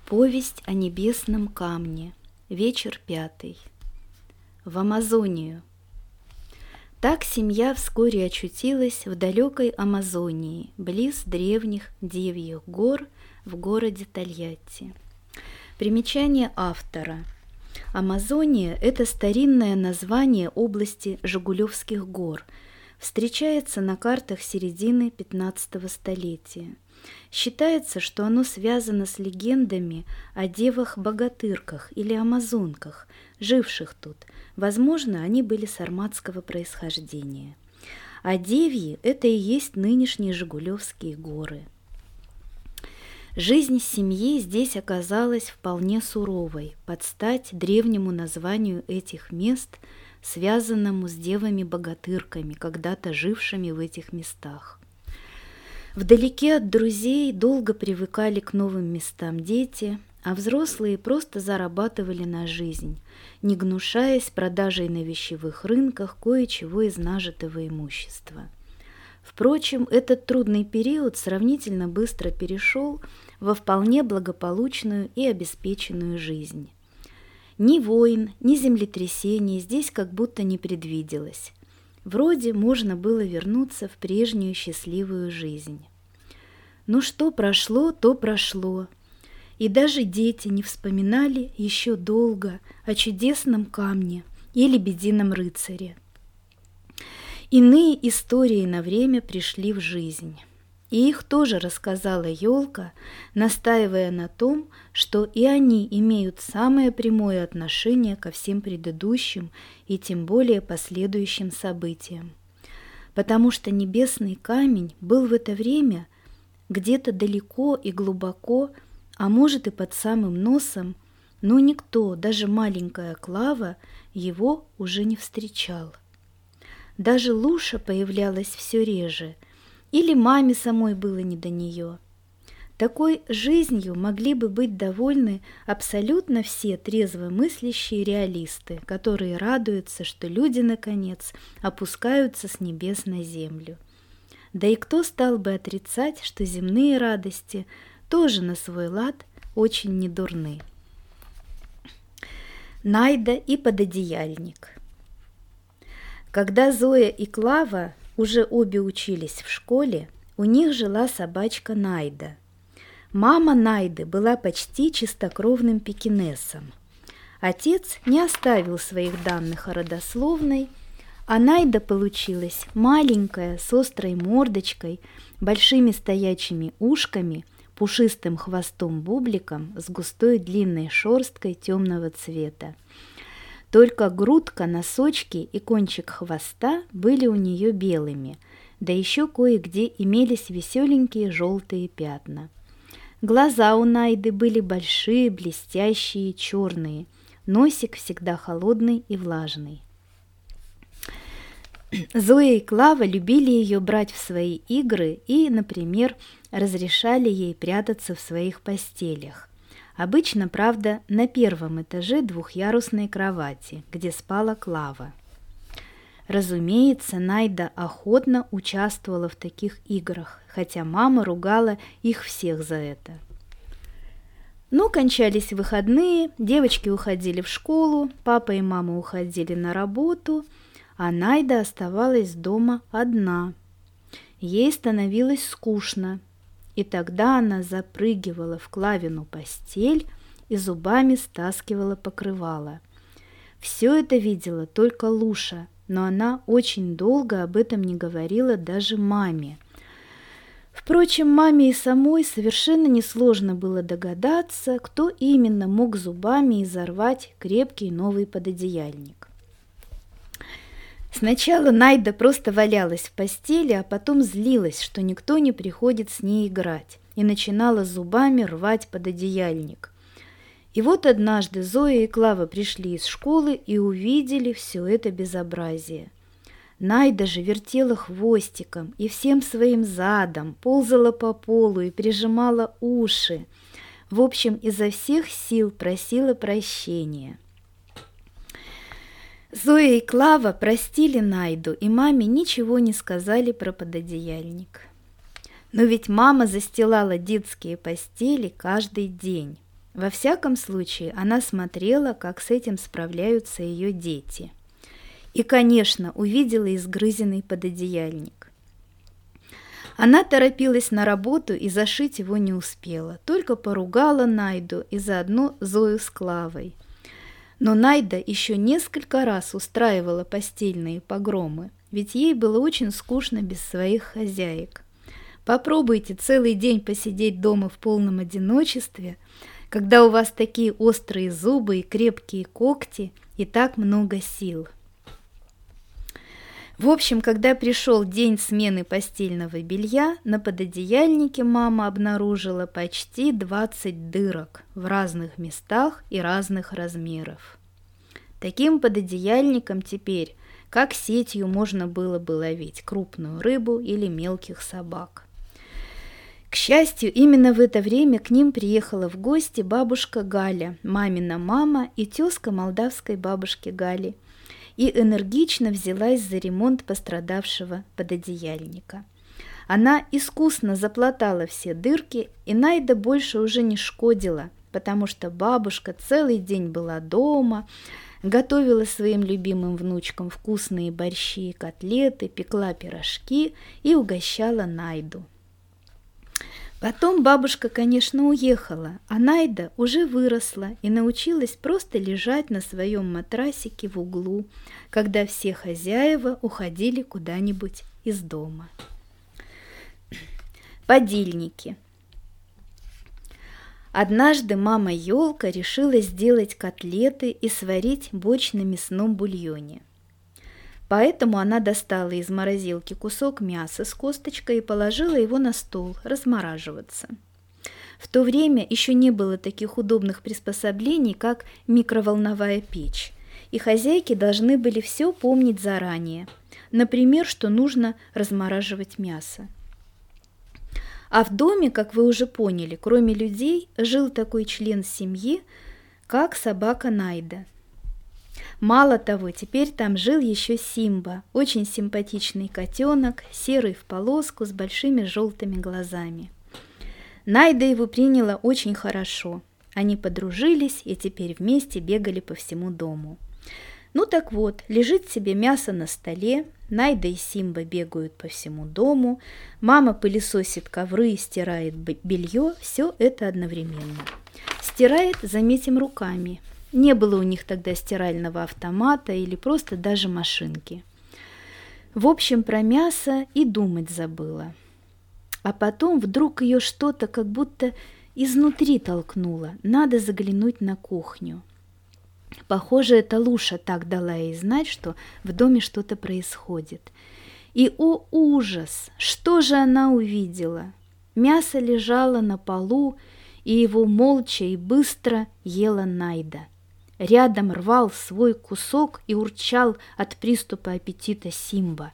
Повесть о небесном камне. Вечер 5. В Амазонию. Так семья вскоре очутилась в далекой Амазонии, близ древних Девьих гор в городе Тольятти. Примечание автора. Амазония – это старинное название области Жигулевских гор, встречается на картах середины 15 столетия. Считается, что оно связано с легендами о девах-богатырках или амазонках, живших тут. Возможно, они были сарматского происхождения. А Девьи – это и есть нынешние Жигулевские горы. Жизнь семьи здесь оказалась вполне суровой, под стать древнему названию этих мест, связанному с девами-богатырками, когда-то жившими в этих местах. Вдалеке от друзей долго привыкали к новым местам дети, а взрослые просто зарабатывали на жизнь, не гнушаясь продажей на вещевых рынках кое-чего из нажитого имущества. Впрочем, этот трудный период сравнительно быстро перешел во вполне благополучную и обеспеченную жизнь. Ни войн, ни землетрясений здесь как будто не предвиделось. Вроде можно было вернуться в прежнюю счастливую жизнь. Но что прошло, то прошло. И даже дети не вспоминали еще долго о чудесном камне и лебедином рыцаре. Иные истории на время пришли в жизнь. И их тоже рассказала елка, настаивая на том, что и они имеют самое прямое отношение ко всем предыдущим и тем более последующим событиям. Потому что небесный камень был в это время где-то далеко и глубоко, а может и под самым носом, но никто, даже маленькая Клава, его уже не встречал. Даже Луша появлялась все реже, или маме самой было не до нее. Такой жизнью могли бы быть довольны абсолютно все трезвомыслящие реалисты, которые радуются, что люди, наконец, опускаются с небес на землю. Да и кто стал бы отрицать, что земные радости тоже на свой лад очень недурны. Найда и пододеяльник. Когда Зоя и Клава уже обе учились в школе, у них жила собачка Найда. Мама Найды была почти чистокровным пекинесом. Отец не оставил своих данных о родословной, а Найда получилась маленькая, с острой мордочкой, большими стоячими ушками, пушистым хвостом-бубликом с густой длинной шерсткой темного цвета. Только грудка, носочки и кончик хвоста были у нее белыми, да еще кое-где имелись веселенькие желтые пятна. Глаза у Найды были большие, блестящие, черные, носик всегда холодный и влажный. Зоя и Клава любили ее брать в свои игры и, например, разрешали ей прятаться в своих постелях. Обычно, правда, на первом этаже двухъярусной кровати, где спала Клава. Разумеется, Найда охотно участвовала в таких играх, хотя мама ругала их всех за это. Но кончались выходные, девочки уходили в школу, папа и мама уходили на работу, а Найда оставалась дома одна. Ей становилось скучно. И тогда она запрыгивала в Клавину постель и зубами стаскивала покрывало. Все это видела только Луша, но она очень долго об этом не говорила даже маме. Впрочем, маме и самой совершенно несложно было догадаться, кто именно мог зубами изорвать крепкий новый пододеяльник. Сначала Найда просто валялась в постели, а потом злилась, что никто не приходит с ней играть, и начинала зубами рвать пододеяльник. И вот однажды Зоя и Клава пришли из школы и увидели все это безобразие. Найда же вертела хвостиком и всем своим задом, ползала по полу и прижимала уши. В общем, изо всех сил просила прощения. Зоя и Клава простили Найду, и маме ничего не сказали про пододеяльник. Но ведь мама застилала детские постели каждый день. Во всяком случае, она смотрела, как с этим справляются ее дети. И, конечно, увидела изгрызенный пододеяльник. Она торопилась на работу и зашить его не успела, только поругала Найду и заодно Зою с Клавой. Но Найда еще несколько раз устраивала постельные погромы, ведь ей было очень скучно без своих хозяек. Попробуйте целый день посидеть дома в полном одиночестве, когда у вас такие острые зубы и крепкие когти и так много сил. В общем, когда пришел день смены постельного белья, на пододеяльнике мама обнаружила почти 20 дырок в разных местах и разных размеров. Таким пододеяльником теперь, как сетью, можно было бы ловить крупную рыбу или мелких собак. К счастью, именно в это время к ним приехала в гости бабушка Галя, мамина мама и тезка молдавской бабушки Гали, и энергично взялась за ремонт пострадавшего пододеяльника. Она искусно заплатала все дырки, и Найда больше уже не шкодила, потому что бабушка целый день была дома, готовила своим любимым внучкам вкусные борщи и котлеты, пекла пирожки и угощала Найду. Потом бабушка, конечно, уехала, а Найда уже выросла и научилась просто лежать на своем матрасике в углу, когда все хозяева уходили куда-нибудь из дома. Подильники. Однажды мама Ёлка решила сделать котлеты и сварить борщ на мясном бульоне. Поэтому она достала из морозилки кусок мяса с косточкой и положила его на стол размораживаться. В то время еще не было таких удобных приспособлений, как микроволновая печь, и хозяйки должны были все помнить заранее. Например, что нужно размораживать мясо. А в доме, как вы уже поняли, кроме людей, жил такой член семьи, как собака Найда. Мало того, теперь там жил еще Симба, очень симпатичный котенок, серый в полоску с большими желтыми глазами. Найда его приняла очень хорошо. Они подружились и теперь вместе бегали по всему дому. Ну так вот, лежит себе мясо на столе, Найда и Симба бегают по всему дому, мама пылесосит ковры и стирает белье, все это одновременно. Стирает, заметим, руками. Не было у них тогда стирального автомата или просто даже машинки. В общем, про мясо и думать забыла. А потом вдруг ее что-то как будто изнутри толкнуло. Надо заглянуть на кухню. Похоже, эта Луша так дала ей знать, что в доме что-то происходит. И, о ужас! Что же она увидела? Мясо лежало на полу, и его молча и быстро ела Найда. Рядом рвал свой кусок и урчал от приступа аппетита Симба.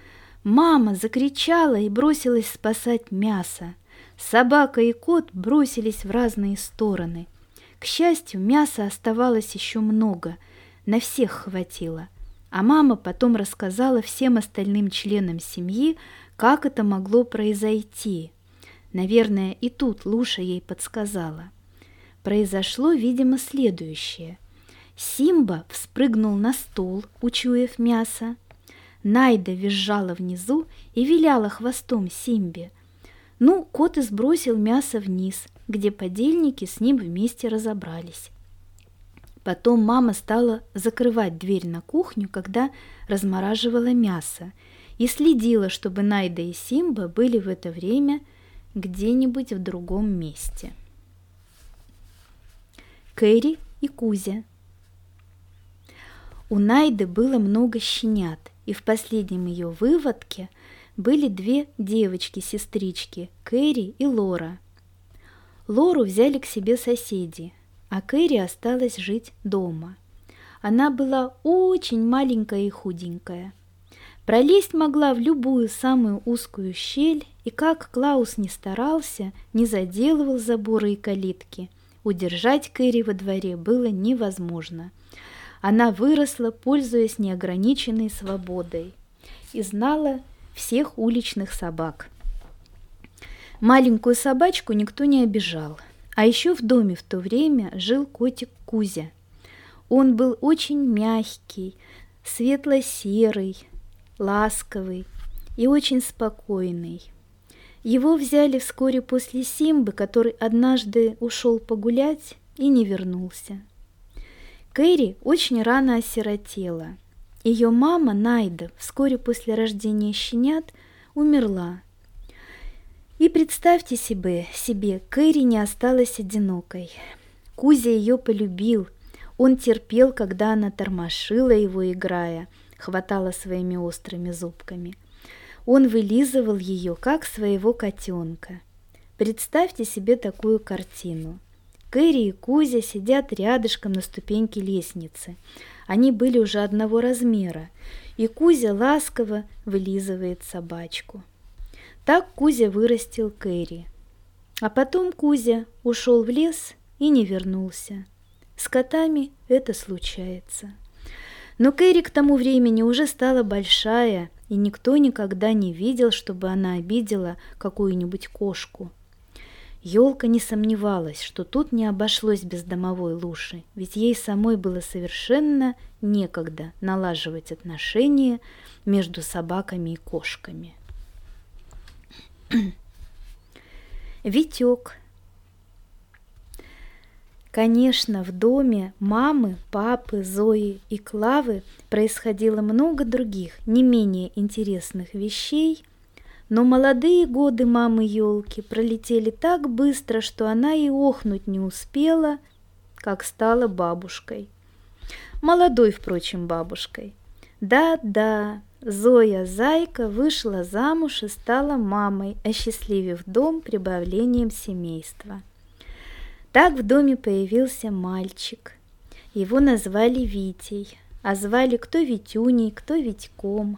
Мама закричала и бросилась спасать мясо. Собака и кот бросились в разные стороны. К счастью, мяса оставалось еще много, на всех хватило. А мама потом рассказала всем остальным членам семьи, как это могло произойти. Наверное, и тут Луша ей подсказала. Произошло, видимо, следующее. Симба вспрыгнул на стол, учуяв мясо. Найда визжала внизу и виляла хвостом Симбе. Ну, кот и сбросил мясо вниз, где подельники с ним вместе разобрались. Потом мама стала закрывать дверь на кухню, когда размораживала мясо, и следила, чтобы Найда и Симба были в это время где-нибудь в другом месте. Кэрри и Кузя. У Найды было много щенят, и в последнем ее выводке были две девочки-сестрички, Кэрри и Лора. Лору взяли к себе соседи, а Кэрри осталась жить дома. Она была очень маленькая и худенькая. Пролезть могла в любую самую узкую щель, и как Клаус не старался, не заделывал заборы и калитки, удержать Кэрри во дворе было невозможно. Она выросла, пользуясь неограниченной свободой, и знала всех уличных собак. Маленькую собачку никто не обижал. А еще в доме в то время жил котик Кузя. Он был очень мягкий, светло-серый, ласковый и очень спокойный. Его взяли вскоре после Симбы, который однажды ушел погулять и не вернулся. Кэрри очень рано осиротела. Ее мама Найда вскоре после рождения щенят умерла. И представьте себе, Кэрри не осталась одинокой. Кузя ее полюбил. Он терпел, когда она тормошила его, играя, хватала своими острыми зубками. Он вылизывал ее, как своего котенка. Представьте себе такую картину. Кэрри и Кузя сидят рядышком на ступеньке лестницы. Они были уже одного размера, и Кузя ласково вылизывает собачку. Так Кузя вырастил Кэрри. А потом Кузя ушел в лес и не вернулся. С котами это случается. Но Кэрри к тому времени уже стала большая, и никто никогда не видел, чтобы она обидела какую-нибудь кошку. Ёлка не сомневалась, что тут не обошлось без домовой Луши, ведь ей самой было совершенно некогда налаживать отношения между собаками и кошками. Витек. Конечно, в доме мамы, папы, Зои и Клавы происходило много других, не менее интересных вещей, но молодые годы мамы Ёлки пролетели так быстро, что она и охнуть не успела, как стала бабушкой. Молодой, впрочем, бабушкой. Да-да, Зоя Зайка вышла замуж и стала мамой, осчастливив дом прибавлением семейства. Так в доме появился мальчик. Его назвали Витей, а звали кто Витюней, кто Витьком.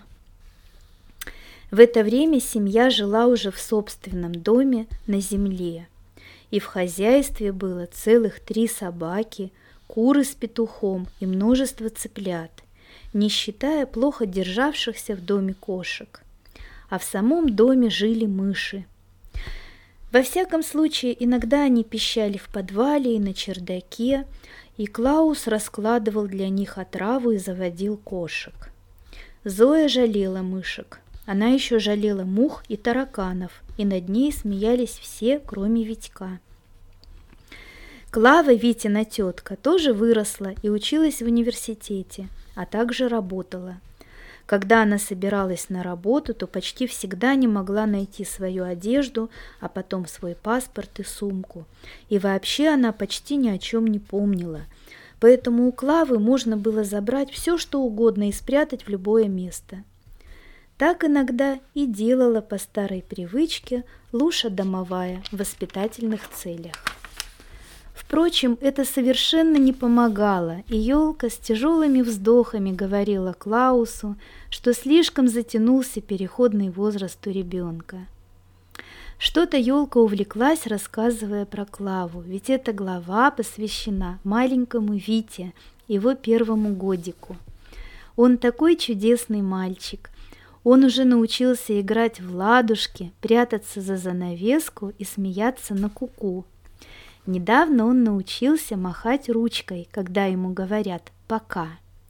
В это время семья жила уже в собственном доме на земле, и в хозяйстве было целых 3 собаки, куры с петухом и множество цыплят, не считая плохо державшихся в доме кошек. А в самом доме жили мыши. Во всяком случае, иногда они пищали в подвале и на чердаке, и Клаус раскладывал для них отраву и заводил кошек. Зоя жалела мышек. Она еще жалела мух и тараканов, и над ней смеялись все, кроме Витька. Клава, Витина тетка, тоже выросла и училась в университете, а также работала. Когда она собиралась на работу, то почти всегда не могла найти свою одежду, а потом свой паспорт и сумку. И вообще она почти ни о чем не помнила. Поэтому у Клавы можно было забрать все, что угодно и спрятать в любое место. Так иногда и делала по старой привычке Луша домовая в воспитательных целях. Впрочем, это совершенно не помогало, и Ёлка с тяжелыми вздохами говорила Клаусу, что слишком затянулся переходный возраст у ребенка. Что-то Ёлка увлеклась, рассказывая про Клаву, ведь эта глава посвящена маленькому Вите, его 1 годику. Он такой чудесный мальчик. Он уже научился играть в ладушки, прятаться за занавеску и смеяться на куку. Недавно он научился махать ручкой, когда ему говорят «пока».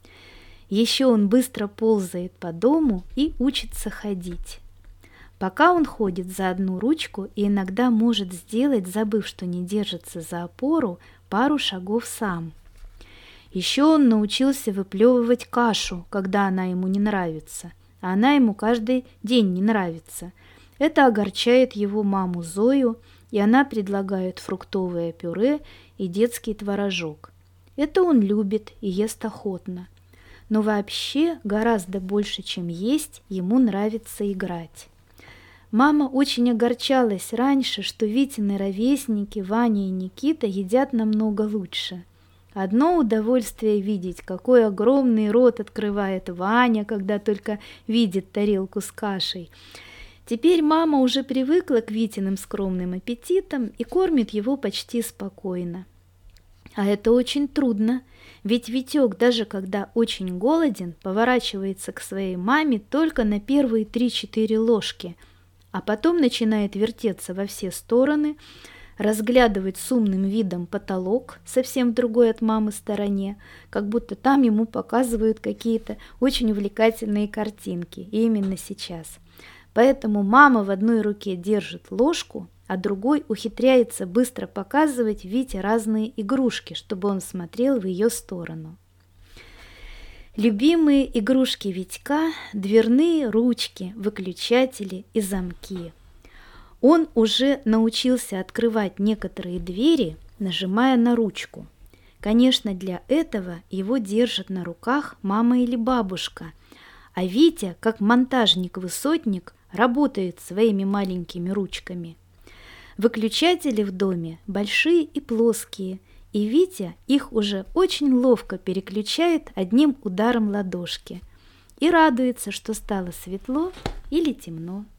Еще он быстро ползает по дому и учится ходить. Пока он ходит за одну ручку и иногда может сделать, забыв, что не держится за опору, пару шагов сам. Еще он научился выплевывать кашу, когда она ему не нравится, а она ему каждый день не нравится. Это огорчает его маму Зою, и она предлагает фруктовое пюре и детский творожок. Это он любит и ест охотно. Но вообще гораздо больше, чем есть, ему нравится играть. Мама очень огорчалась раньше, что Витины ровесники Ваня и Никита едят намного лучше. Одно удовольствие видеть, какой огромный рот открывает Ваня, когда только видит тарелку с кашей. Теперь мама уже привыкла к Витиным скромным аппетитам и кормит его почти спокойно. А это очень трудно, ведь Витек, даже когда очень голоден, поворачивается к своей маме только на первые 3-4 ложки, а потом начинает вертеться во все стороны, разглядывать с умным видом потолок, совсем в другой от мамы стороне, как будто там ему показывают какие-то очень увлекательные картинки, и именно сейчас. Поэтому мама в одной руке держит ложку, а другой ухитряется быстро показывать Вите разные игрушки, чтобы он смотрел в ее сторону. Любимые игрушки Витька – дверные ручки, выключатели и замки. Он уже научился открывать некоторые двери, нажимая на ручку. Конечно, для этого его держат на руках мама или бабушка, а Витя, как монтажник-высотник, работает своими маленькими ручками. Выключатели в доме большие и плоские, и Витя их уже очень ловко переключает одним ударом ладошки и радуется, что стало светло или темно.